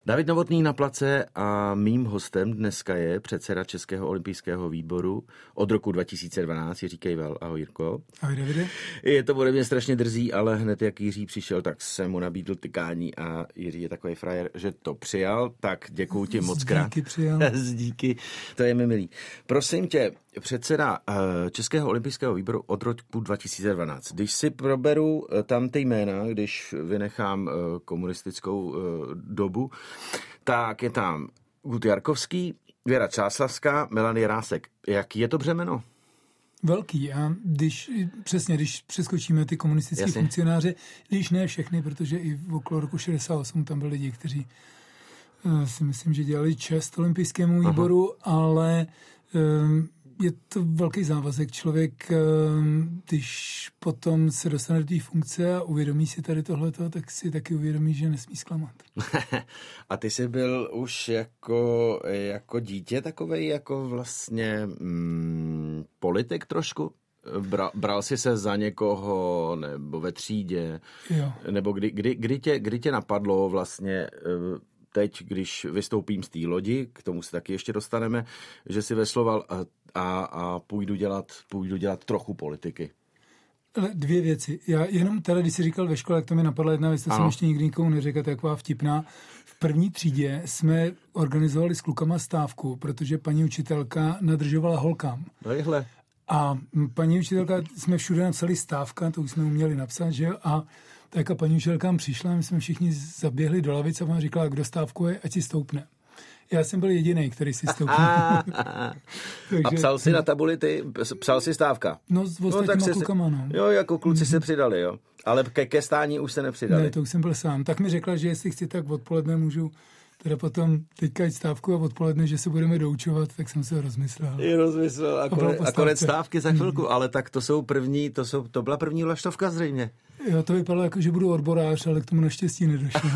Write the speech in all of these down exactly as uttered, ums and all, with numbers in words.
David Novotný na place a mým hostem dneska je předseda Českého olympijského výboru od roku dva tisíce dvanáct, Jiří Kejval. Ahoj, Jirko. Ahoj, Davide. Je to bude mě strašně drzí, ale hned jak Jiří přišel, tak jsem mu nabídl tykání a Jiří je takový frajer, že to přijal, tak děkuju ti moc krát. Díky přijal. Díky, to je mi milý. Prosím tě, předseda Českého olympijského výboru od roku dva tisíce dvanáct. Když si proberu tam ty jména, když vynechám komunistickou dobu, tak je tam Gut Jarkovský, Věra Čáslavská, Melanie Rásek. Jaký je to břemeno? Velký. A když, přesně, když přeskočíme ty komunistické Jasně. funkcionáře, když ne všechny, protože i okolo roku šedesát osm tam byli lidi, kteří si myslím, že dělali čest olympijskému výboru, Aha. ale um, je to velký závazek. Člověk, když potom se dostane do té funkce a uvědomí si tady tohleto, tak si taky uvědomí, že nesmí zklamat. A ty jsi byl už jako, jako dítě takovej, jako vlastně mm, politik trošku? Bral, bral jsi se za někoho, nebo ve třídě? Jo. Nebo kdy, kdy, kdy, tě, kdy tě napadlo vlastně... teď, když vystoupím z té lodi, k tomu se taky ještě dostaneme, že si vesloval a, a, a půjdu, dělat, půjdu dělat trochu politiky. Dvě věci. Já jenom teda, když jsi říkal ve škole, jak to mi napadla jedna věc, to jsem ještě nikdy nikomu neřekl, taková vtipná. V první třídě jsme organizovali s klukama stávku, protože paní učitelka nadržovala holkám. No jehle. A paní učitelka, jsme všude napsali stávka, to už jsme uměli napsat, že jo, a tak a paní učitelkám přišla, my jsme všichni zaběhli do lavic a ona říkala, kdo stávkuje, ať si stoupne. Já jsem byl jediný, který si stoupnul. Takže, a psal jsi na tabuli ty, psal jsi stávka? No s ostatníma no, klukama, no. Jo, jako kluci mm-hmm. se přidali, jo. Ale ke, ke stání už se nepřidali. Ne, to už jsem byl sám. Tak mi řekla, že jestli chci, tak odpoledne můžu teda potom teďka jít stávku a odpoledne, že se budeme doučovat, tak jsem se rozmyslel. I rozmyslel a, konec, a konec stávky za chvilku, mm. ale tak to jsou první, to, jsou, to byla první vlaštovka zřejmě. Jo, to vypadalo jako, že budu odborář, ale k tomu naštěstí nedošlo.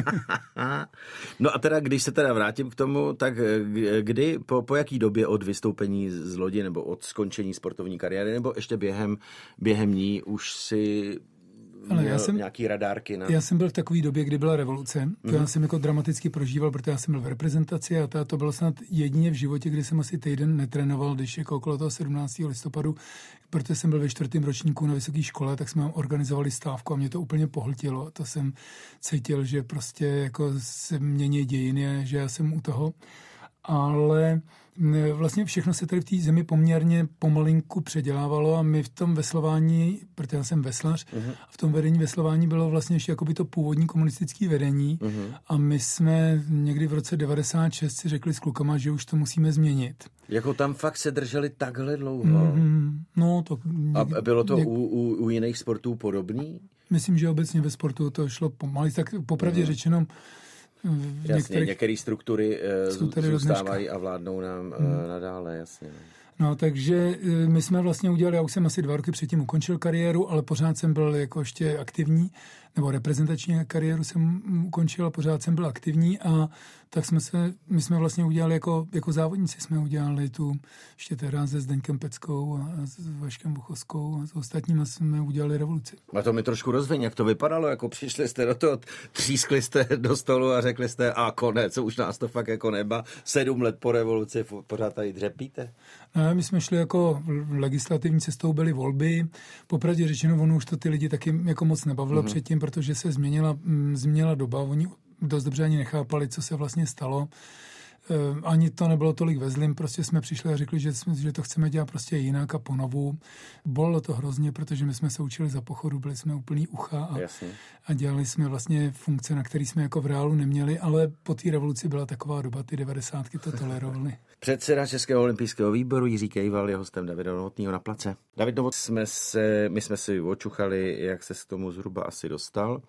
No a teda, když se teda vrátím k tomu, tak kdy, po, po jaký době od vystoupení z lodi nebo od skončení sportovní kariéry, nebo ještě během, během ní už si... Ale já jsem, nějaký radárky. Na... Já jsem byl v takové době, kdy byla revoluce. To mm-hmm. já jsem jako dramaticky prožíval, protože já jsem byl v reprezentaci a to, to bylo snad jedině v životě, kdy jsem asi týden netrénoval, když jako okolo toho sedmnáctého listopadu, protože jsem byl ve čtvrtém ročníku na vysoké škole, tak jsme organizovali stávku a mě to úplně pohltilo. To jsem cítil, že prostě jako se mění dějiny, že já jsem u toho. Ale vlastně všechno se tady v té zemi poměrně pomalinku předělávalo a my v tom veslování, protože já jsem veslař, uh-huh. a v tom vedení veslování bylo vlastně ještě jakoby to původní komunistické vedení uh-huh. a my jsme někdy v roce devadesát šest si řekli s klukama, že už to musíme změnit. Jako tam fakt se drželi takhle dlouho? Mm-hmm. No, to... A bylo to něk... u, u, u jiných sportů podobný? Myslím, že obecně ve sportu to šlo pomalý, tak popravdě uh-huh. řečeno jasně, některých, některé struktury uh, zůstávají a vládnou nám uh, hmm. nadále, jasně. No, takže my jsme vlastně udělali, já už jsem asi dva roky předtím ukončil kariéru, ale pořád jsem byl jako ještě aktivní, nebo reprezentační kariéru jsem ukončil a pořád jsem byl aktivní a tak jsme se, my jsme vlastně udělali jako, jako závodníci, jsme udělali tu ještě teda se Zdeňkem Peckou a s Vaškem Buchovskou a s ostatníma jsme udělali revoluci. A to mi trošku rozveň, jak to vypadalo, jako přišli jste do toho, třískli jste do stolu a řekli jste a konec, už nás to fakt jako neba, sedm let po revoluci pořád tady dřepíte? No, my jsme šli jako legislativní cestou, byly volby, popravdě řečeno, ono už to ty lidi taky jako moc nebavilo mm-hmm. předtím, protože se změnila, změnila doba, oni dost dobře ani nechápali, co se vlastně stalo. Ani to nebylo tolik ve zlým, prostě jsme přišli a řekli, že, že to chceme dělat prostě jinak a ponovu. Bolelo to hrozně, protože my jsme se učili za pochodu, byli jsme úplný ucha a, a dělali jsme vlastně funkce, na které jsme jako v reálu neměli, ale po té revoluci byla taková doba, ty devadesátky to tolerovali. Předseda Českého olympijského výboru Jiří Kejval je hostem Davida Novotného na place. David Novotný, jsme se, my jsme si očuchali, jak se k tomu zhruba asi dostal.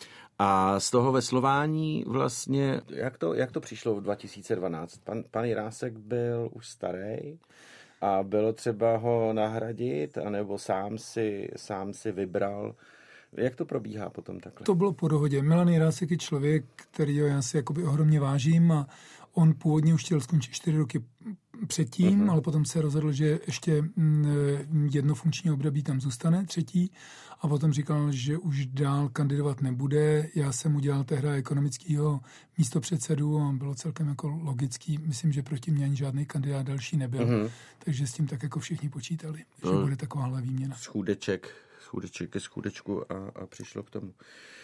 A z toho veslování vlastně, jak to, jak to přišlo v dva tisíce dvanáct? Pan, pan Jirásek byl už starý a bylo třeba ho nahradit, anebo sám si, sám si vybral. Jak to probíhá potom takhle? To bylo po dohodě. Milan Jirásek je člověk, kterýho já si jakoby ohromně vážím a on původně už chtěl skončit čtyři roky předtím, uh-huh. ale potom se rozhodl, že ještě jedno funkční období tam zůstane, třetí, a potom říkal, že už dál kandidovat nebude. Já jsem udělal tehdy ekonomického místopředsedu a bylo celkem jako logický. Myslím, že proti mě ani žádný kandidát další nebyl, uh-huh. takže s tím tak jako všichni počítali, že uh-huh. bude takováhle výměna. Schůdeček, schůdeček ke schůdečku a, a přišlo k tomu.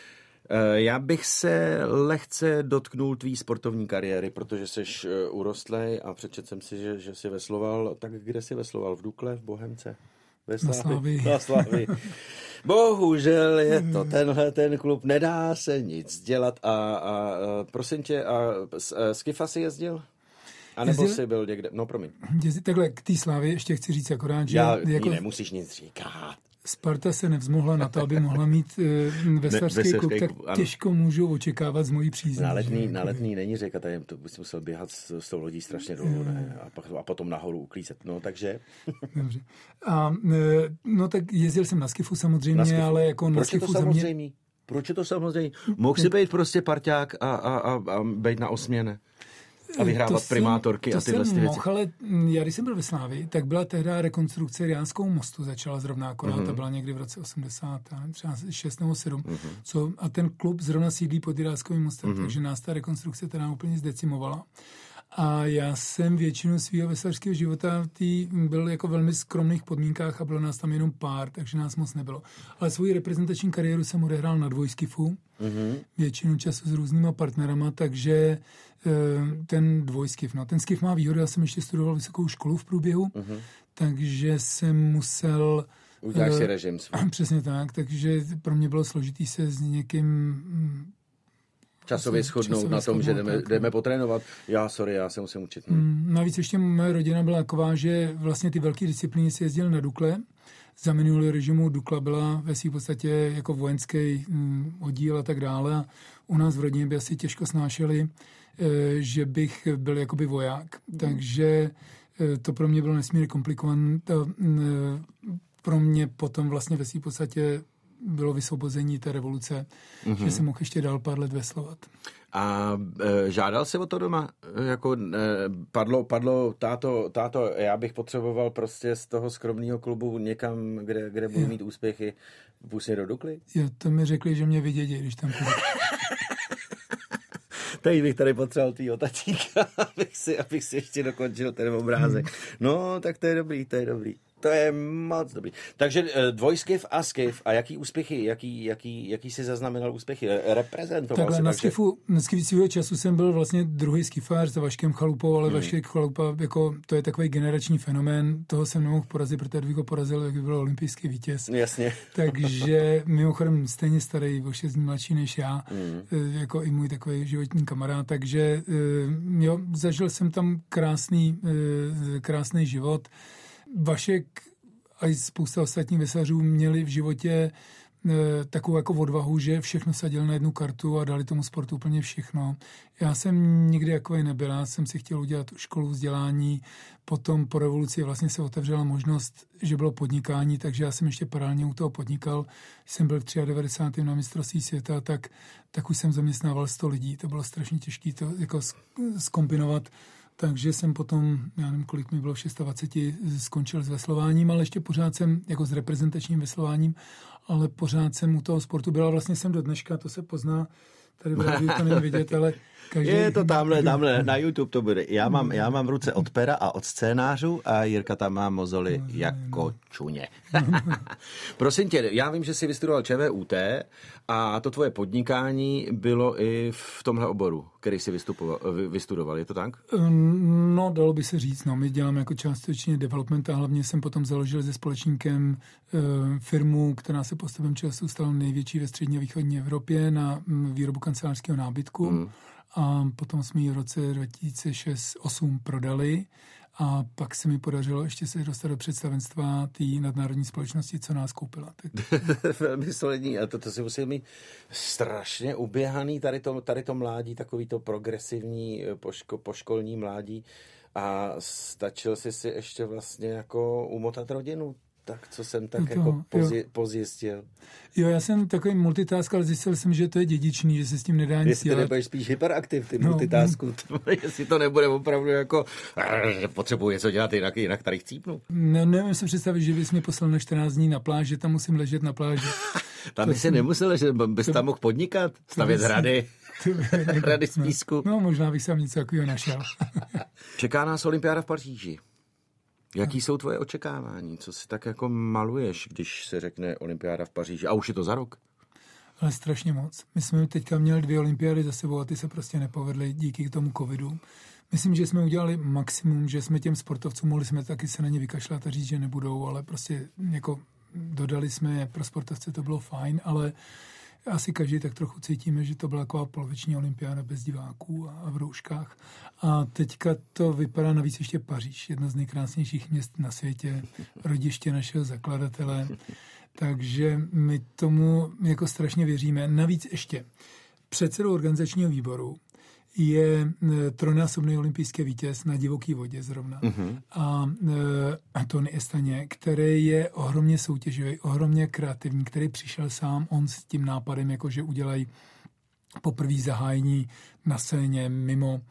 Já bych se lehce dotknul tvý sportovní kariéry, protože seš urostlej a přečet jsem si, že, že jsi vesloval. Tak kde jsi vesloval? V Dukle, v Bohemce? Ve Slávii. Na Slávii. Bohužel je to tenhle ten klub, nedá se nic dělat. A, a, a prosím tě, a s Kifa jsi jezdil? A nebo jsi byl někde? No, promiň. Jezdil, takhle k té Slávii ještě chci říct akorát, že... Já jako... nemusíš nic říkat. Sparta se nevzmohla na to, aby mohla mít e, veslařský klub, tak ano. Těžko můžu očekávat z mojí přízní. Na letný, na letný není řeka, tady to bys musel běhat s, s tou lodí strašně dolů, ne? A, pak, a potom nahoru uklízet, no takže. Dobře. A, e, no tak jezdil jsem na skifu samozřejmě, na skifu. Ale jako na Proč skifu je to samozřejmě? Mě... Proč je to samozřejmě? Mohl si být prostě parťák a, a, a, a být na osměne? A vyhrávat to primátorky jsem, a tyhle to věci. Mohl, ale já když jsem byl ve Slávii, tak byla tehdy rekonstrukce Riánského mostu, začala zrovna akorát, mm-hmm. ta byla někdy v roce osmdesát, třeba šest nebo sedm. Mm-hmm. Co, a ten klub zrovna sídlí pod Riánským mostem, mm-hmm. takže nás ta rekonstrukce teda úplně zdecimovala. A já jsem většinu svého veslařského života tý, byl jako velmi skromných podmínkách a bylo nás tam jenom pár, takže nás moc nebylo. Ale svou reprezentační kariéru jsem odehrál na dvojskifu, mm-hmm. většinu času s různýma partnerama, takže ten dvojskif. No. Ten skif má výhodu, já jsem ještě studoval vysokou školu v průběhu, uh-huh. takže jsem musel... Uděláš si režim svůj. Přesně tak, takže pro mě bylo složitý se s někým... Časově shodnout na tom, že jdeme, jdeme potrénovat. Já, sorry, já se musím učit. Hmm. Navíc ještě moje rodina byla taková, že vlastně ty velké disciplíny si jezdil na Dukle. Za minulý režimu Dukla byla ve svým podstatě jako vojenský oddíl a tak dále. A u nás v rodině by asi těžko snášeli, že bych byl jakoby voják. Mm. Takže to pro mě bylo nesmírně komplikované. To pro mě potom vlastně ve svým podstatě bylo vysvobození té revoluce, mm-hmm. že jsem mohl ještě dál pár let veslovat. A e, žádal se o to doma? Jako, e, padlo, padlo táto, táto, já bych potřeboval prostě z toho skromného klubu někam, kde, kde budu mít úspěchy, pustit do Dukly? Jo, to mi řekli, že mě vidědí, když tam půjdu. Teď bych tady potřeboval tý otačíka, abych si, abych si ještě dokončil ten obrázek. No, tak to je dobrý, to je dobrý. To je moc dobrý. Takže dvojskiv a skif. A jaký úspěchy, jaký, jaký, jaký jsi zaznamenal úspěchy? Reprezentoval Takhle se, na takže... skifu, na skifu svého času jsem byl vlastně druhý skifář za Vaškem Chalupou, ale hmm. Vašek Chalupa, jako, to je takový generační fenomén. Toho jsem nemohl porazit, protože kdybych ho porazil, tak by byl olympijský vítěz. Jasně. Takže mimochodem stejně starý, o šest dní mladší než já, hmm. jako i můj takový životní kamarád. Takže jo, zažil jsem tam krásný, krásný život. Vašek a i spousta ostatních veslařů měli v životě e, takovou jako odvahu, že všechno sadil na jednu kartu a dali tomu sportu úplně všechno. Já jsem nikdy takový nebyl, já jsem si chtěl udělat školu vzdělání, potom po revoluci vlastně se otevřela možnost, že bylo podnikání, takže já jsem ještě paralelně u toho podnikal. Když jsem byl v devadesátém třetím na mistrovství světa, tak, tak už jsem zaměstnával sto lidí. To bylo strašně těžké to jako zkombinovat. Takže jsem potom, já nevím, kolik mi bylo, v dvacet šest, skončil s veslováním, ale ještě pořád jsem, jako s reprezentačním veslováním, ale pořád jsem u toho sportu byl a vlastně jsem do dneška, to se pozná, tady v rádiu to není vidět, ale každý... Je to tamhle, tamhle, na YouTube to bude. Já mám, já mám v ruce od pera a od scénářů a Jirka tam má mozoly no, jako no. čuně. Prosím tě, já vím, že jsi vystudoval ČVUT a to tvoje podnikání bylo i v tomhle oboru, který jsi vystudoval, je to tak? No, dalo by se říct, no, my děláme jako částečně development a hlavně jsem potom založil se společníkem e, firmu, která se postupem času stala největší ve střední a východní Evropě na výrobu kancelářského nábytku. Hmm. A potom jsme ji v roce dva tisíce šest osm prodali a pak se mi podařilo ještě se dostat do představenstva té nadnárodní společnosti, co nás koupila. Tak... Velmi solidní. A to, to si musel mít strašně uběhaný tady to, tady to mládí, takový to progresivní poško, poškolní mládí a stačil si si ještě vlastně jako umotat rodinu tak, co jsem tak to, jako pozje, pozjistil. Jo, já jsem takový multitask, ale zjistil jsem, že to je dědičný, že se s tím nedá nic dělat. Jestli dělat. ty nebudeš spíš hyperaktiv, ty no, multitasku, jestli to nebude opravdu jako, že potřebuji něco dělat, jinak, jinak tady chcípnu. No, nevím si představit, že bys mě poslal na čtrnáct dní na pláž, že tam musím ležet na pláži. Tam by si nemusel, že bys to, tam mohl podnikat, stavět hrady, hrady z písku. No, možná bych sam něco takového našel. Čeká nás olympiáda v Paříži. Jaký no. jsou tvoje očekávání? Co si tak jako maluješ, když se řekne olympiáda v Paříži? A už je to za rok? Ale strašně moc. My jsme teďka měli dvě olympiády za sebou a ty se prostě nepovedly díky tomu covidu. Myslím, že jsme udělali maximum, že jsme těm sportovcům, mohli jsme taky se na ně vykašlat a říct, že nebudou, ale prostě jako dodali jsme, pro sportovce to bylo fajn, ale asi každý tak trochu cítíme, že to byla taková poloviční olympiáda bez diváků a v rouškách. A teďka to vypadá navíc ještě Paříž, jedno z nejkrásnějších měst na světě, rodiště našeho zakladatele. Takže my tomu jako strašně věříme. Navíc ještě předsedou organizačního výboru je trojnásobný olympijský vítěz na divoký vodě zrovna. Uh-huh. A e, Tony Estaně, který je ohromně soutěživý, ohromně kreativní, který přišel sám, on s tím nápadem, jako že udělají poprvé zahájení na scéně mimo,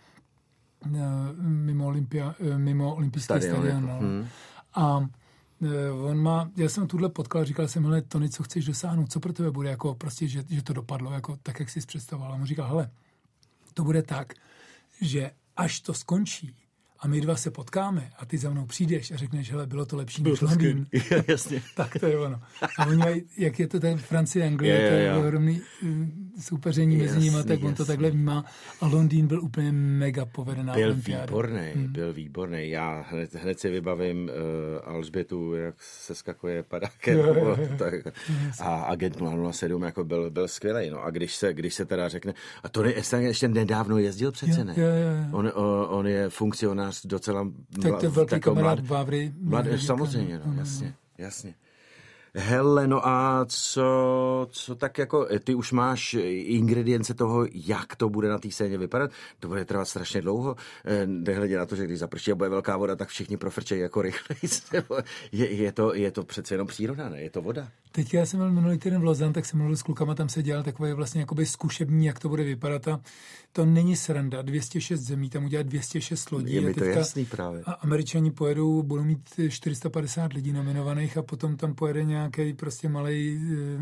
e, mimo, Olympia, e, mimo olympijský stadion. stadion no. uh-huh. A e, on má, já jsem tuhle potkal, říkal jsem, hele, Tony, co chceš dosáhnout, co pro tebe bude, jako prostě, že, že to dopadlo, jako tak, jak jsi představoval. A on říkal, hele, to bude tak, že až to skončí a my dva se potkáme a ty za mnou přijdeš a řekneš, hele, bylo to lepší než Londýn. Jasně. Tak to je ono. A oni mají, jak je to ten Francie, Anglie, je, je, to je ohromný soupeření mezi jasný, nimi, tak jasný. On to takhle vnímá. A Londýn byl úplně mega povedená byl olympiáda. Výborný, hmm. byl výborný. Já hned, hned si vybavím uh, Alžbětu, jak se skakuje padákem. Jo, jo, jo. Tak, a agent nula nula sedm jako byl, byl skvělej. No. A když se, když se teda řekne, a Tony Estaně ještě nedávno jezdil přece, ne? Jo, jo, jo. On, on, on je funkcionář docela... Tak to je velký kamarád Vávry. Samozřejmě, no, jasně, jasně. Hele, no a co, co tak jako, ty už máš ingredience toho, jak to bude na té scéně vypadat? To bude trvat strašně dlouho. Nehledě na to, že když zaprší a bude velká voda, tak všichni profrčejí jako rychleji. Je, je, to, je to přece jenom příroda, ne? Je to voda. Teď já jsem byl minulý týden v Lausanne, tak jsem mluvil s klukama, tam se dělal takové vlastně jakoby zkušební, jak to bude vypadat. A to není sranda. dvě stě šest zemí, tam udělat dvě stě šest lodí. Je mi to jasný právě. A Američani pojedou, budou mít čtyři sta padesát lidí nominovaných a potom tam pojede nějaký prostě malej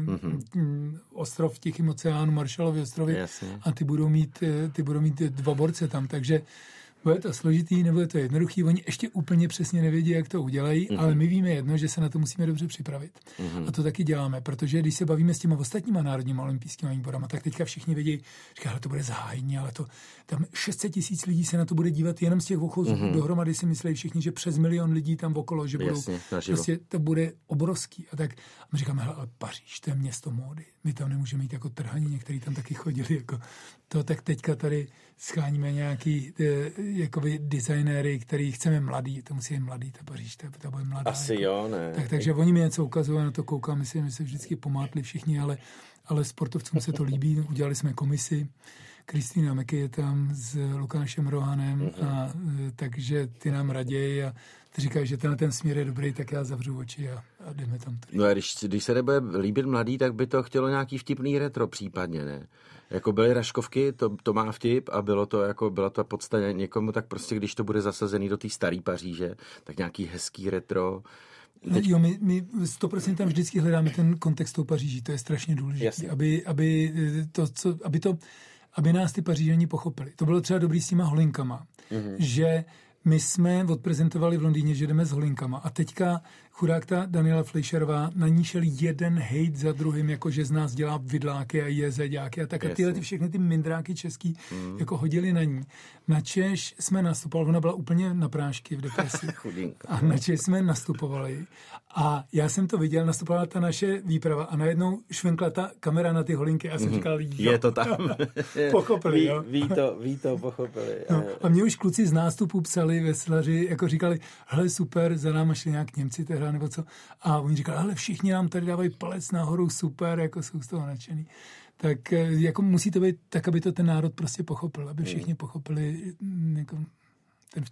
mm-hmm. ostrov v Tichém oceánu, Marshallovy ostrovy. Jasně. A ty budou mít, ty budou mít dva borce tam, takže bude to složitý, nebude to jednoduchý. Oni ještě úplně přesně nevědí, jak to udělají, mm-hmm. ale my víme jedno, že se na to musíme dobře připravit. Mm-hmm. A to taky děláme, protože když se bavíme s těma ostatníma národníma olympijskými výborama, tak teďka všichni vědí, že to bude zahájení, ale to tam šest set tisíc lidí se na to bude dívat jenom z těch ochozů. Mm-hmm. Dohromady si myslí všichni, že přes milion lidí tam okolo, že budou. Jasně, prostě to bude obrovský. A tak a my říkáme, hele, ale Paříž, to je město módy. My tam nemůžeme mít jako trhaní, někteří tam taky chodili. Jako to, tak teďka tady scháníme nějaký e, jakoby designéry, který chceme mladý, to musí být mladý, ta Paříž, to, to bude mladá. Asi jako. jo, ne. Tak, takže oni mi něco ukazují, na to koukám, myslím, že se vždycky pomátli všichni, ale, ale sportovcům se to líbí, udělali jsme komisi, Kristýna Meky je tam s Lukášem Rohanem, mm-hmm. a takže ty nám raději a ty říkají, že ten, ten směr je dobrý, tak já zavřu oči a, a jdeme tam. Tady. No a když, když se nebude líbit mladý, tak by to chtělo nějaký vtipný retro případně, ne? Jako byly Raškovky, to, to má vtip a bylo to jako, byla to podstatě někomu, tak prostě když to bude zasazený do té staré Paříže, tak nějaký hezký retro. Teď... Jo, my, my sto procent tam vždycky hledáme ten kontext tou Paříží, to je strašně důležité, aby, aby, to, co, aby to aby nás ty Pařížani pochopili. To bylo třeba dobrý s těma holinkama, mm-hmm. že my jsme odprezentovali v Londýně, že jdeme s holinkama a teďka chudák ta Daniela Fleischerová, na ní šel jeden hejt za druhým, jako že z nás dělá vidláky a jezeďáky a tak a tyhle ty všechny ty mindráky český mm. jako hodili na ní. Načež jsme nastupovali, ona byla úplně na prášky v depresi. A načež jsme nastupovali a já jsem to viděl, nastupovala ta naše výprava a najednou švenkla ta kamera na ty holinky a jsem mm. říkal, jo. Je to tam. Pochopili, ví, jo. Ví to, ví to, pochopili. No, a mě už kluci z nástupu psali, veslaři, jako říkali, hele super, za náma šli nějak Němci tehdy, nebo co. A oni říkali, hele, všichni nám tady dávají palec nahoru, super, jako jsou z toho nadšený. Tak jako musí to být tak, aby to ten národ prostě pochopil, aby všichni pochopili jako ten vtip.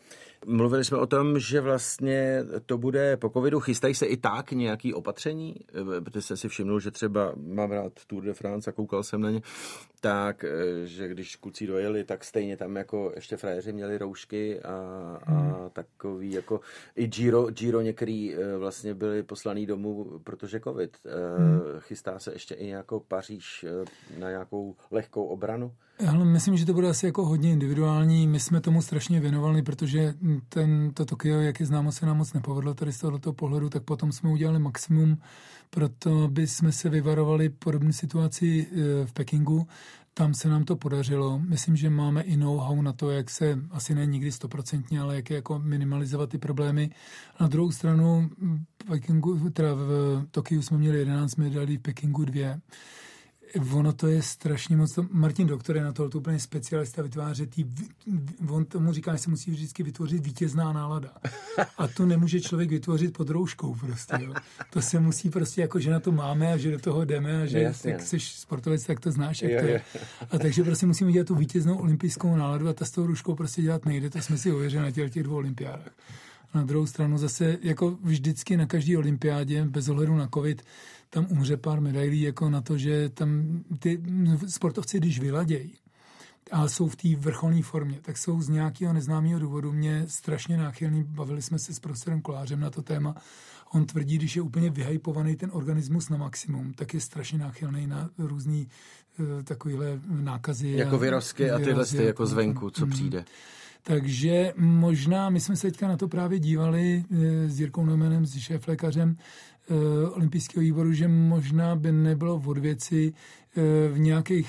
Mluvili jsme o tom, že vlastně to bude po covidu. Chystají se i tak nějaký opatření? Protože jsem si všimnul, že třeba mám rád Tour de France a koukal jsem na ně, tak, že když kluci dojeli, tak stejně tam jako ještě frajeři měli roušky a, a hmm. takový jako i Giro, Giro některý vlastně byli poslaný domů, protože covid. Hmm. Chystá se ještě i jako Paříž na nějakou lehkou obranu? Ale myslím, že to bude asi jako hodně individuální. My jsme tomu strašně věnovali, protože ten, to Tokio, jak je známo, se nám moc nepovedlo tady z tohoto pohledu, tak potom jsme udělali maximum, proto by jsme se vyvarovali podobné situaci v Pekingu. Tam se nám to podařilo. Myslím, že máme i know-how na to, jak se, asi ne nikdy stoprocentně, ale jak je jako minimalizovat ty problémy. Na druhou stranu, v Pekingu, teda v Tokiu jsme měli jedenáct medailí, v Pekingu dvě. Ono to je strašně moc. Martin Doktor je na to úplně specialista vytvářet tý, on tomu říká, že se musí vždycky vytvořit vítězná nálada. A to nemůže člověk vytvořit pod rouškou prostě. Jo. To se musí prostě jako, že na to máme a že do toho jdeme a že Jasně. jak jsi sportovec, tak to znáš, jak jo, to je. jo. A takže prostě musíme dělat tu vítěznou olympijskou náladu a ta s tou rouškou prostě dělat nejde. To jsme si ověřili na těch, těch dvou olympiádách. Na druhou stranu zase, jako vždycky na každé olympiádě, bez ohledu na covid, tam umře pár medailí jako na to, že tam ty sportovci, když vyladějí a jsou v té vrcholné formě, tak jsou z nějakého neznámého důvodu mě strašně náchylný. Bavili jsme se s profesorem Kolářem na to téma. On tvrdí, když je úplně vyhypovaný ten organismus na maximum, tak je strašně náchylný na různý uh, takovýhle nákazy. Jako virusky a tyhle ty jako zvenku, co přijde. Takže možná, my jsme se teďka na to právě dívali s Jirkou Neumannem, s šéflékařem olympijského výboru, že možná by nebylo od věci v nějakých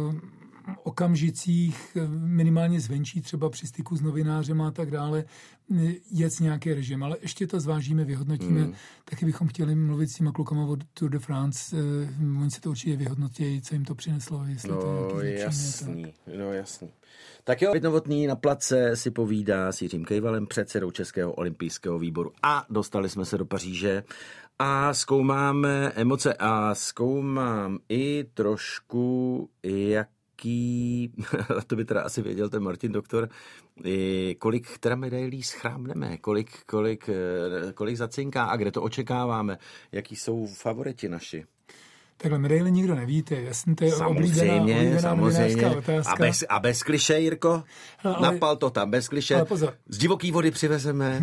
okamžicích, minimálně zvenčí, třeba při styku s novinářem a tak dále, jet nějaký režim. Ale ještě to zvážíme, vyhodnotíme. Hmm. Taky bychom chtěli mluvit s těma klukama od Tour de France. Oni se to určitě vyhodnotí, co jim to přineslo. Jestli no to jasný, tak. no jasný. Tak jo, David Novotný na place si povídá s Jiřím Kejvalem, předsedou Českého olympijského výboru. A dostali jsme se do Paříže a zkoumáme emoce a zkoumám i trošku, jak to by teda asi věděl ten Martin Doktor, kolik teda medailí schrábneme, kolik, kolik, kolik zacinká a kde to očekáváme, jaký jsou favoriti naši. Takhle medaily nikdo neví, to je jasný, to je samozřejmě, oblíbená, oblíbená samozřejmě. otázka. A bez, a bez kliše, Jirko? No, ale, napal to tam, bez kliše. Z divoký vody přivezeme.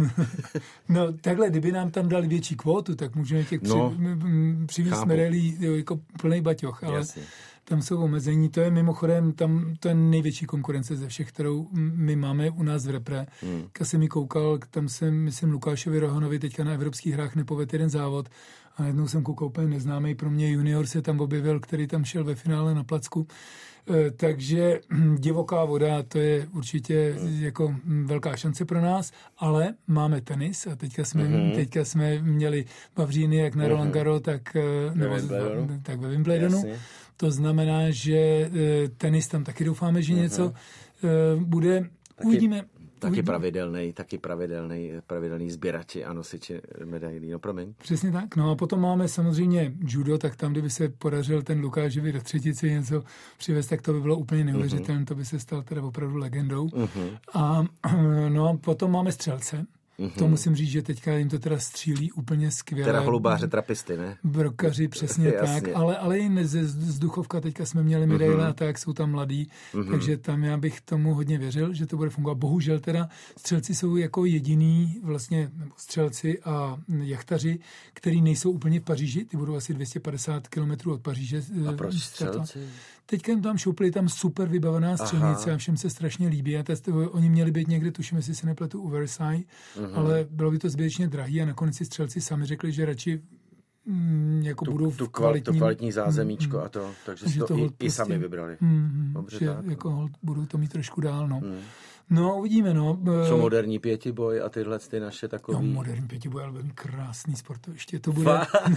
No takhle, kdyby nám tam dali větší kvótu, tak můžeme těch no, při, přivést medailí jako plný baťoch, ale jasně. Tam jsou omezení. To je mimochodem, tam to je největší konkurence ze všech, kterou my máme u nás v repre. Hmm. Když jsem mi koukal, tam jsem, myslím, Lukášovi Rohanovi teďka na evropských hrách nepovedl jeden závod a najednou jsem koukal úplně neznámý pro mě junior se tam objevil, který tam šel ve finále na placku. E, takže divoká voda, to je určitě hmm. jako velká šance pro nás, ale máme tenis a teďka jsme, hmm. teďka jsme měli Vavříny jak na Roland Garros, tak, nebo, tak ve Wimbledonu. Jasně. To znamená, že tenis tam taky doufáme, že něco uh-huh. bude. Taky, uvidíme. Taky pravidelný, taky pravidelný, pravidelný sběrači a nosiči medailí. No promiň. Přesně tak. No a potom máme samozřejmě judo, tak tam, kdyby se podařil ten Lukášovi do třetici něco přivést, tak to by bylo úplně neuvěřitelné. Uh-huh. To by se stal teda opravdu legendou. Uh-huh. A no a potom máme střelce. Mm-hmm. To musím říct, že teďka jim to teda střílí úplně skvěle. Teda holubáře, trapisty, ne? Brokaři, přesně tak. Ale, ale i ze vzduchovka teďka jsme měli medaile mm-hmm. a tak jsou tam mladí. Mm-hmm. Takže tam já bych tomu hodně věřil, že to bude fungovat. Bohužel teda střelci jsou jako jediný vlastně nebo střelci a jachtaři, který nejsou úplně v Paříži. Ty budou asi dvě stě padesát kilometrů od Paříže. A proč střelci? Teďka jim tam šoupili, tam super vybavená střelnice. Aha. A všem se strašně líbí. A test, oni měli být někde, tuším, jestli se nepletu, u Versailles, uh-huh. ale bylo by to zbytečně drahý a nakonec si střelci sami řekli, že radši mm, jako tu, budou v tu kvalitním... To kvalitní zázemíčko mm, a to, takže si to, to i, prostě, i sami vybrali. Mm, Dobře, že tak, jako no. budou to mít trošku dál, no. Mm. No, uvidíme, no. Co moderní pětiboj a tyhle ty naše takový... No, moderní pětiboj, ale velmi krásný sportoviště. To bude...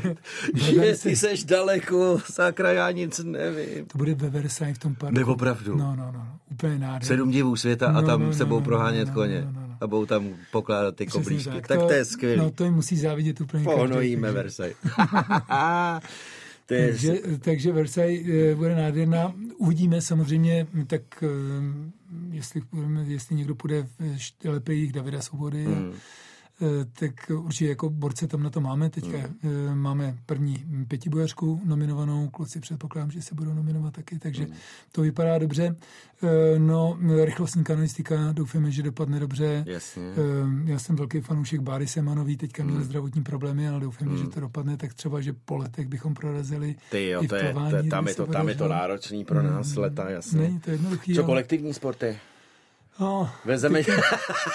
Že ty seš daleko, sakra, já nic nevím. To bude ve Versailles v tom parku. Nebo pravdu. No, no, no, úplně nádherný. Sedm divů světa a no, tam no, se budou no, prohánět no, koně. No, no, no. A budou tam pokládat ty koblížky. Tak, tak to, to je skvělý. No, to jim musí závidět úplně každý. Pohnojíme Versailles. takže, takže Versailles bude nádherná. uvidíme samozřejmě, tak jestli, jestli někdo půjde v štelepejích Davida Svobody, hmm. tak určitě jako borce tam na to máme. Teďka hmm. máme první pětibojařku nominovanou, kluci předpokládám, že se budou nominovat taky, takže hmm. to vypadá dobře. No, rychlostní kanonistika, doufáme, že dopadne dobře. Jasně. Já jsem velký fanoušek Báry Semanový, teďka měl hmm. zdravotní problémy, ale doufáme, hmm. že to dopadne, tak třeba, že po letech bychom prorazili. Ty jo, i to je, to, tam, je to, tam je to náročný pro nás hmm. leta, jasně. Ne, to je jednoduchý. Co kolektivní sporty? No, Vezeme... teďka...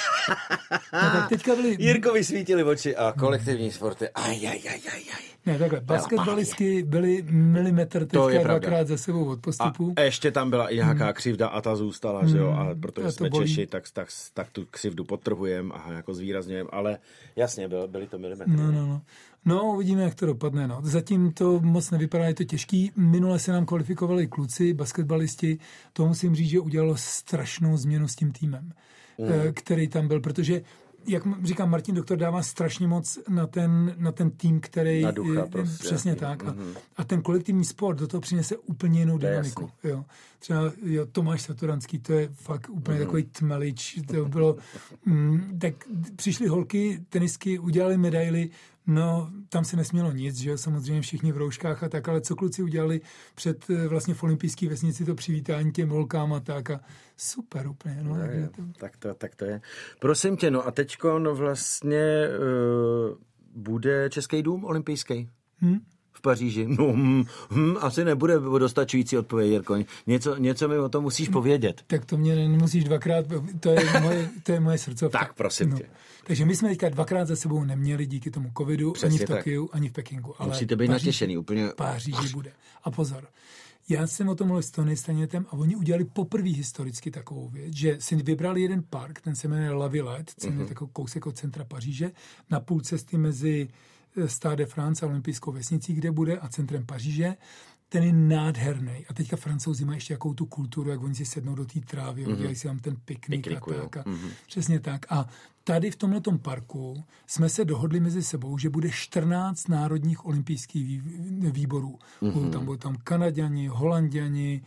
no, tak teďka byli... Jirkovi svítili oči a kolektivní sporty. Aj, aj, aj, aj, aj. Ne, takhle, basketbalistky byli milimetr teďka dvakrát za sebou od postupu. A ještě tam byla i nějaká křivda a ta zůstala, hmm. že jo, a protože a jsme bolí. Češi, tak, tak, tak tu křivdu podtrhujeme a jako zvýrazňujeme, ale jasně, byl, byly to milimetry. No, no, no. No, uvidíme, jak to dopadne. No. Zatím to moc nevypadá, je to těžký. Minule se nám kvalifikovali kluci, basketbalisti. To musím říct, že udělalo strašnou změnu s tím týmem, mm. který tam byl, protože jak říkám, Martin Doktor dává strašně moc na ten, na ten tým, který... Na ducha prostě. Přesně tak. A, mm-hmm. a ten kolektivní sport do toho přinese úplně jinou dynamiku. Jo. Třeba jo, Tomáš Satoranský, to je fakt úplně mm-hmm. takový tmelič. To bylo... Mm, tak přišly holky, tenisky, udělali medaily. No, tam se nesmělo nic, že jo, samozřejmě všichni v rouškách a tak, ale co kluci udělali před vlastně v olympijské vesnici to přivítání těm holkám a tak a super úplně, no. Je, to... Tak, to, tak to je. Prosím tě, no a teďko no vlastně uh, bude Český dům olympijský? Hmm? V Paříži. No, hm, hm, asi nebude dostačující odpověď, Jirko. Něco, něco mi o tom musíš povědět. Tak to mě nemusíš dvakrát, to je moje, to je moje srdcovka. Tak, prosím no. tě. Takže my jsme teďka dvakrát za sebou neměli díky tomu covidu, přesně ani v Tokiu, tak. Ani v Pekingu. Ale musíte být Paříži, natěšený úplně. Páříži bude. A pozor, já jsem o tom mluvil s Tony Stanětem a oni udělali poprvé historicky takovou věc, že si vybrali jeden park, ten se jmenuje La Villette, mm-hmm. takový kousek od centra Paříže, na půl cesty mezi Stade de France a olympijskou vesnicí, kde bude, a centrem Paříže. Ten je nádherný. A teďka Francouzi mají ještě jakou tu kulturu, jak oni si sednou do té trávy, mm-hmm. udělají si tam ten piknik Pikniku, a tak. A mm-hmm. Přesně tak. A tady v tomhletom parku jsme se dohodli mezi sebou, že bude čtrnáct národních olympijských výborů. Mm-hmm. Budou tam, budou tam Kanaďani, Holanďani,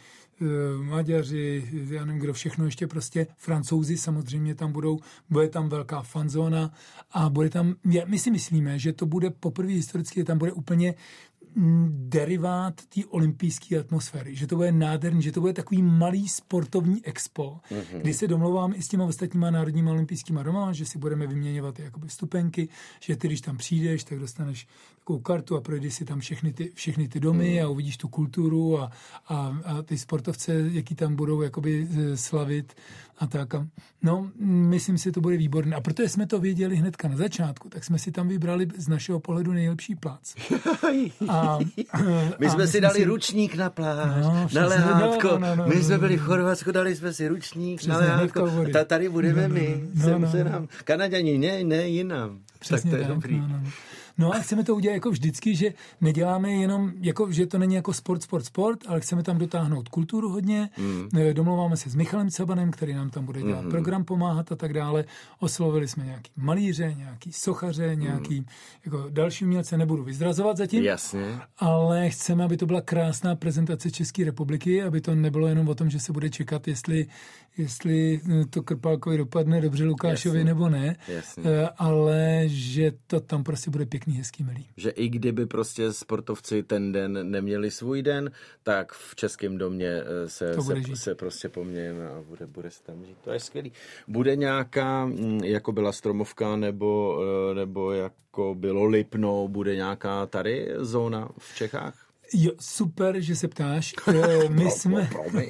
Maďaři, já nevím, kdo všechno ještě prostě, Francouzi samozřejmě tam budou, bude tam velká fanzóna a bude tam, my si myslíme, že to bude poprvé historicky, tam bude úplně derivát té olympijské atmosféry, že to bude nádherný, že to bude takový malý sportovní expo, mm-hmm. kdy se domlouvám i s těma ostatníma národníma olympijskýma doma, že si budeme vyměňovat jakoby vstupenky, že ty, když tam přijdeš, tak dostaneš takovou kartu a projdeš si tam všechny ty, všechny ty domy mm. a uvidíš tu kulturu a, a, a ty sportovce, jaký tam budou jakoby slavit a tak. No, myslím si, to bude výborné. A protože jsme to věděli hnedka na začátku, tak jsme si tam vybrali z našeho pohledu nejlepší plác. A, my jsme si dali si... ručník na pláž, no, na lehátko. No, no, no, my jsme byli v Chorvatsku, dali jsme si ručník přesně, na lehátko. A tady budeme no, my. No, no, no, se nám... Kanaďani, ne, ne jinam. Přesně tak to je tak, dobrý. No, no. No a chceme to udělat jako vždycky, že neděláme jenom, jako, že to není jako sport, sport, sport, ale chceme tam dotáhnout kulturu hodně. Mm. Domlouváme se s Michalem Cabanem, který nám tam bude dělat mm. program, pomáhat a tak dále. Oslovili jsme nějaký malíře, nějaký sochaře, nějaký mm. jako další umělce, nebudu vyzrazovat zatím. Jasně. Ale chceme, aby to byla krásná prezentace České republiky, aby to nebylo jenom o tom, že se bude čekat, jestli, jestli to Krpálkovi dopadne dobře Lukášovi Jasně. nebo ne. Jasně. Ale že to tam prostě bude pěkný, hezký, milý. Že i kdyby prostě sportovci ten den neměli svůj den, tak v Českém domě se, se, se prostě pomějeme a bude, bude se tam žít. To je skvělý. Bude nějaká, jako byla Stromovka nebo, nebo jako bylo Lipno, bude nějaká tady zóna v Čechách? Jo, super, že se ptáš. My jsme,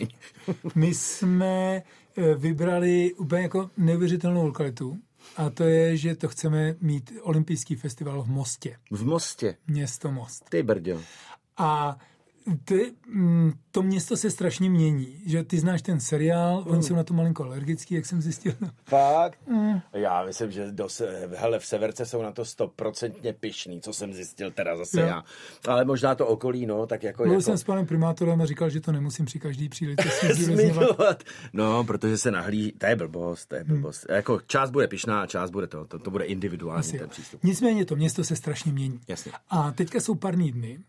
my jsme vybrali úplně jako neuvěřitelnou lokalitu. A to je, že to chceme mít olympijský festival v Mostě. V Mostě? Město Most. Ty brďo. A ty, to město se strašně mění. Že ty znáš ten seriál, mm. oni jsou na to malinko alergický, jak jsem zjistil. Fakt? Mm. Já myslím, že do, hele, v Severce jsou na to stoprocentně pyšný, co jsem zjistil teda zase jo. já. Ale možná to okolí, no, tak jako... Mluvil jako... jsem s panem primátorem a říkal, že to nemusím při každý příležitosti zmiňovat. No, protože se nahlí, to je blbost, to je blbost. Hmm. Jako část bude pyšná a část bude to, to, to bude individuální ten přístup. Nicméně to město se strašně mění. Jasně. A teďka jsou parní dny.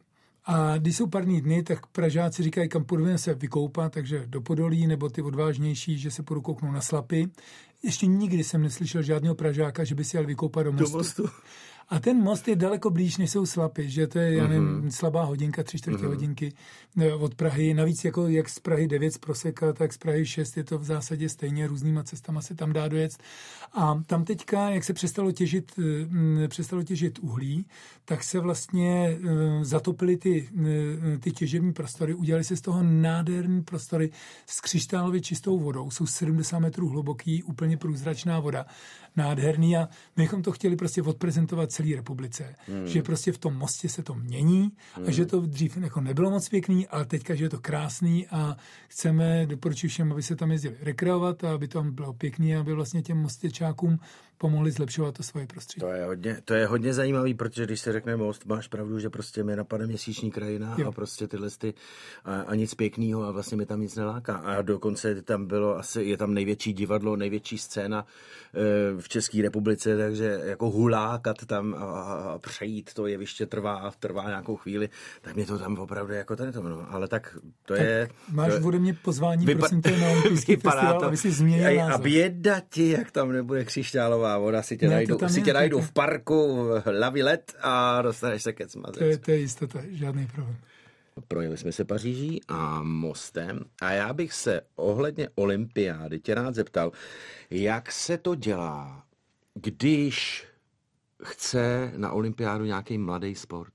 A když jsou parní dny, tak Pražáci říkají, kam půjdeme se vykoupat, takže do Podolí, nebo ty odvážnější, že se půjdou kouknout na Slapy. Ještě nikdy jsem neslyšel žádného Pražáka, že by si jel vykoupat do mostu. Do mostu. A ten most je daleko blíž, než jsou Slapy, že to je, já nevím, mm-hmm. slabá hodinka, tři čtvrtě mm-hmm. hodinky od Prahy. Navíc jako jak z Prahy devět z Proseka, tak z Prahy šest je to v zásadě stejně, různýma cestama se tam dá dojet. A tam teďka, jak se přestalo těžit, přestalo těžit uhlí, tak se vlastně zatopily ty, ty těžební prostory, udělali se z toho nádherný prostory s křištálově čistou vodou. Jsou sedmdesát metrů hluboký, úplně průzračná voda. Nádherný a my bychom to chtěli prostě odprezentovat celé republice. Hmm. Že prostě v tom mostě se to mění hmm. a že to dřív jako nebylo moc pěkný, ale teďka, že je to krásný a chceme, doporučuji všem, aby se tam jezdili rekreovat a aby to tam bylo pěkný a aby vlastně těm mostěčákům pomohli zlepšovat to svoje prostředí. To je hodně, to je hodně zajímavý, protože když se řekne most, máš pravdu, že prostě mi napadne měsíční krajina jo. a prostě tyhle ty a, a nic pěknýho a vlastně mi tam nic neláká. A dokonce tam bylo asi, je tam největší divadlo, největší scéna e, v České republice, takže jako hulákat tam a, a přejít to jeviště trvá a trvá nějakou chvíli, tak mě to tam opravdu jako tady to, no. Ale tak to tak je... Máš to, ode mě pozvání, vypa- prosím tě, na olympijský festival, to, aby si změnil název. A běda ti, jak tam nebude křišťálová voda, si tě ne, najdou, si tě najdou v parku La Villette a dostaneš se ke Cmazec. To je, to je jistota, žádný problém. Projeli jsme se Paříží a mostem a já bych se ohledně olympiády tě rád zeptal, jak se to dělá, když chce na olympiádu nějaký mladý sport?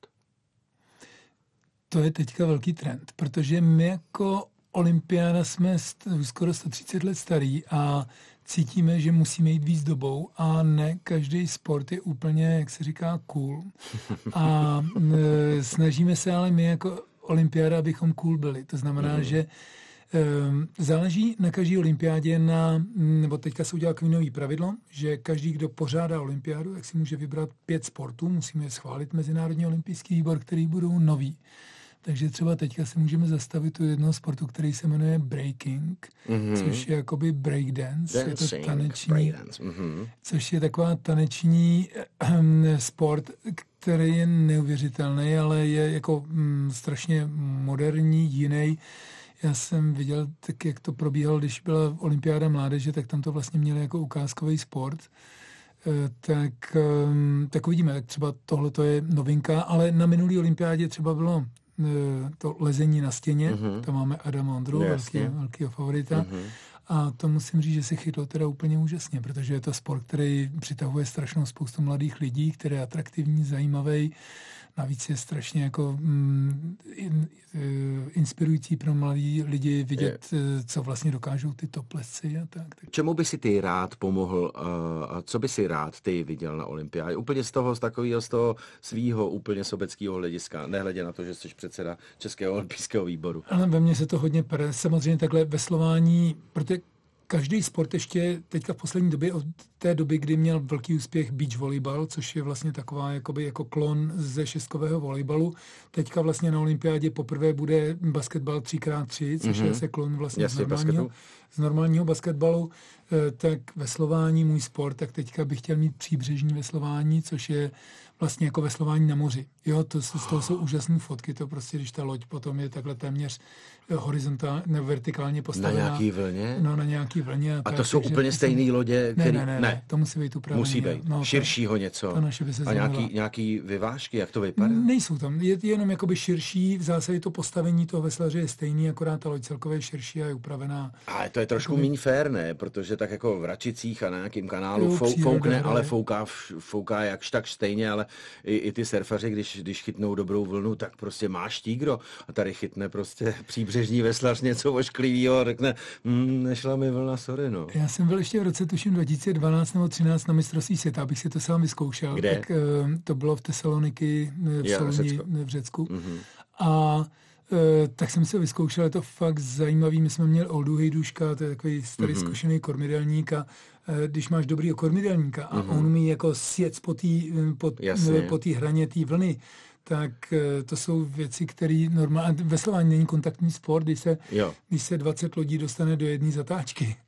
To je teďka velký trend, protože my jako olympiáda jsme skoro sto třicet let starý a cítíme, že musíme jít víc dobou a ne každý sport je úplně, jak se říká, cool. A e, snažíme se ale my jako olympiáda, abychom cool byli. To znamená, mm. že e, záleží na každé olympiádě na, nebo teďka se udělá kvínový pravidlo, že každý, kdo pořádá olympiádu, tak si může vybrat pět sportů, musíme je schválit Mezinárodní olympijský výbor, který budou nový. Takže třeba teďka si můžeme zastavit u jednoho sportu, který se jmenuje breaking, mm-hmm. což je jakoby breakdance, Dancing, je to taneční, mm-hmm. což je taková taneční um, sport, který je neuvěřitelný, ale je jako um, strašně moderní, jiný. Já jsem viděl, tak jak to probíhalo, když byla olympiáda mládeže, tak tam to vlastně měli jako ukázkový sport. Tak, tak uvidíme, tak třeba tohle je novinka, ale na minulý olympiádě třeba bylo to lezení na stěně, mm-hmm. tam máme Adama Ondru, velký, velkýho favorita. Mm-hmm. A to musím říct, že se chytlo teda úplně úžasně, protože je to sport, který přitahuje strašnou spoustu mladých lidí, který je atraktivní, zajímavý. Navíc je strašně jako mm, in, inspirující pro mladí lidi vidět, je. co vlastně dokážou ty toplesci a tak, tak. Čemu by si ty rád pomohl a co by si rád ty viděl na olympiádě? Úplně z toho, z takového, z toho svýho úplně sobeckého hlediska, nehledě na to, že jsi předseda Českého olympijského výboru. Ale ve mně se to hodně pere. Samozřejmě takhle veslování, protože každý sport ještě teďka v poslední době, od té doby, kdy měl velký úspěch beach volejbal, což je vlastně taková jakoby jako klon ze šestkového volejbalu. Teďka vlastně na olympiádě poprvé bude basketbal tři krát tři, což mm-hmm. je se klon vlastně Jasně, z, normálního, z normálního basketbalu. Tak veslování, můj sport, tak teďka bych chtěl mít příbřežní veslování, což je vlastně jako veslování na moři. Jo, to, z toho jsou úžasné fotky, to prostě, když ta loď potom je takhle téměř horizontálně, nebo vertikálně postavená. Na nějaký vlně? No, na nějaký vlně. A, a tak, to jsou úplně stejné lodě, který... Ne, ne, ne, ne, to musí být upravené. Musí být, no, širšího něco. To naše by se a nějaký, nějaký vyvážky, jak to vypadá? Nejsou tam, je jenom jakoby širší, v zásadě to postavení toho veslaře je stejný, akorát ta loď celkově je širší a je upravená. Ale to je trošku jakoby... méně fér, ne? Protože tak jako v Račicích a na nějakým kanálu jo, fou, foukne, ale fouká, fouká jakž tak stejně, ale i, i ty surfaři, když, když chytnou dobrou vlnu, tak prostě máš tígro a tady chytne prostě příbřežní veslař něco ošklivýho a řekne, mm, nešla mi vlna, sorry, no. Já jsem byl ještě v roce tuším dva tisíce dvanáct nebo třináct na mistrovství světa, abych si to sám vyzkoušel. Kde? Tak to bylo v Tesaloniky v Soluni v Řecku. Mm-hmm. A e, tak jsem se vyzkoušel, je to fakt zajímavý. My jsme měli Oldu Hejduška, to je takový starý mm-hmm. zkušený kormidelník a e, když máš dobrýho kormidelníka a mm-hmm. on umí jako sjet po té po, po hraně té vlny, tak e, to jsou věci, které normálně, veslování není kontaktní sport, když se, když se dvacet lodí dostane do jedné zatáčky.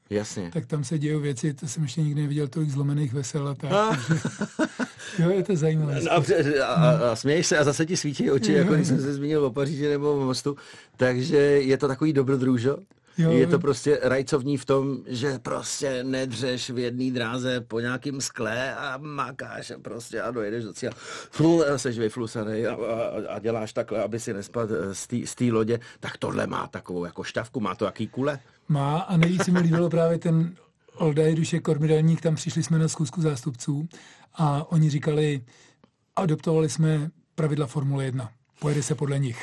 Jasně. Tak tam se dějou věci, to jsem ještě nikdy neviděl tolik zlomených vesel a tak. Takže, jo, je to zajímavé. No, a, a, a směješ se a zase ti svítí oči, jako když jsem se zmínil o Paříži nebo o Mostu, takže je to takový dobrodružo. Jo, je to prostě rajcovní v tom, že prostě nedřeš v jedné dráze po nějakým skle a makáš a prostě a dojedeš do cíle. Flu, seš vyflusanej a, a, a děláš takhle, aby si nespadl z té lodě. Tak tohle má takovou jako štavku, má to jaký kule? Má a nejvíc se mi líbilo právě ten Oldaj Dušek kormidelník, tam přišli jsme na schůzku zástupců a oni říkali, adoptovali jsme pravidla Formule jedna. Pojede se podle nich.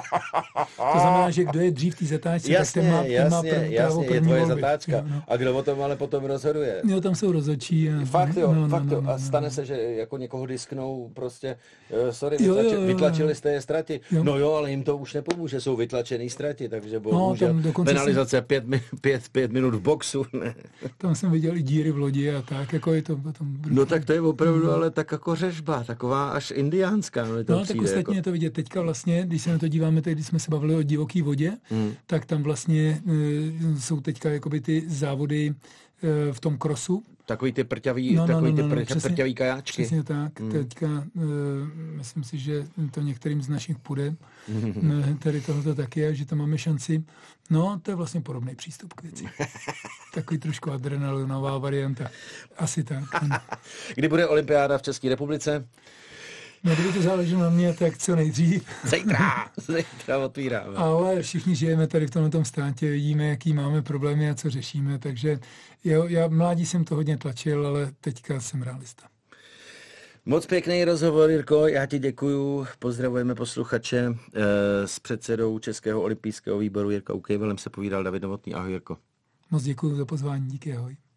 To znamená, že kdo je dřív v té zatáčce, jasně, tak ten má, ten jasně, má prv, jasně, právo je tvoje volby. zatáčka. Jo, no. A kdo o tom ale potom rozhoduje? Jo, tam jsou rozhodčí. A, fakt jo, no, fakt no, jo. no, A stane no. se, že jako někoho disknou prostě, uh, sorry, Jo, vytlači, jo, jo, vytlačili jste je ztrati. Jo. No jo, ale jim to už nepomůže, jsou vytlačený ztrati, takže bohužel no, penalizace jsem... pět, pět, pět minut v boxu. Ne. Tam jsem viděl i díry v lodi a tak, jako je to potom... No tak to je opravdu, no. Ale tak jako řežba, taková až indiánská. No, to no přijde, tak ostatně jako... je to vidět teďka vlastně, když se na to díváme, teď, když jsme se bavili o divoký vodě, hmm. tak tam vlastně e, jsou teďka jakoby ty závody e, v tom krosu. Takový ty prťavý, no, takový no, no, ty no, pr- přesně, prťavý kajáčky. Přesně tak. Hmm. Teďka e, myslím si, že to některým z našich půjde. Hmm. Tady tohoto taky je, že tam máme šanci. No, to je vlastně podobný přístup k věci. Takový trošku adrenalinová varianta. Asi tak. Kdy bude olympiáda v České republice? No, kdyby to záleželo na mě, tak co nejdřív. Zítra, zítra otvíráme. Ale všichni žijeme tady v tomto státě, vidíme, jaký máme problémy a co řešíme, takže jo, já mládí jsem to hodně tlačil, ale teďka jsem realista. Moc pěkný rozhovor, Jirko, já ti děkuju, pozdravujeme posluchače. S předsedou Českého olympijského výboru Jirkou Kejvalem se povídal David Novotný. Ahoj, Jirko. Moc děkuju za pozvání, díky, ahoj.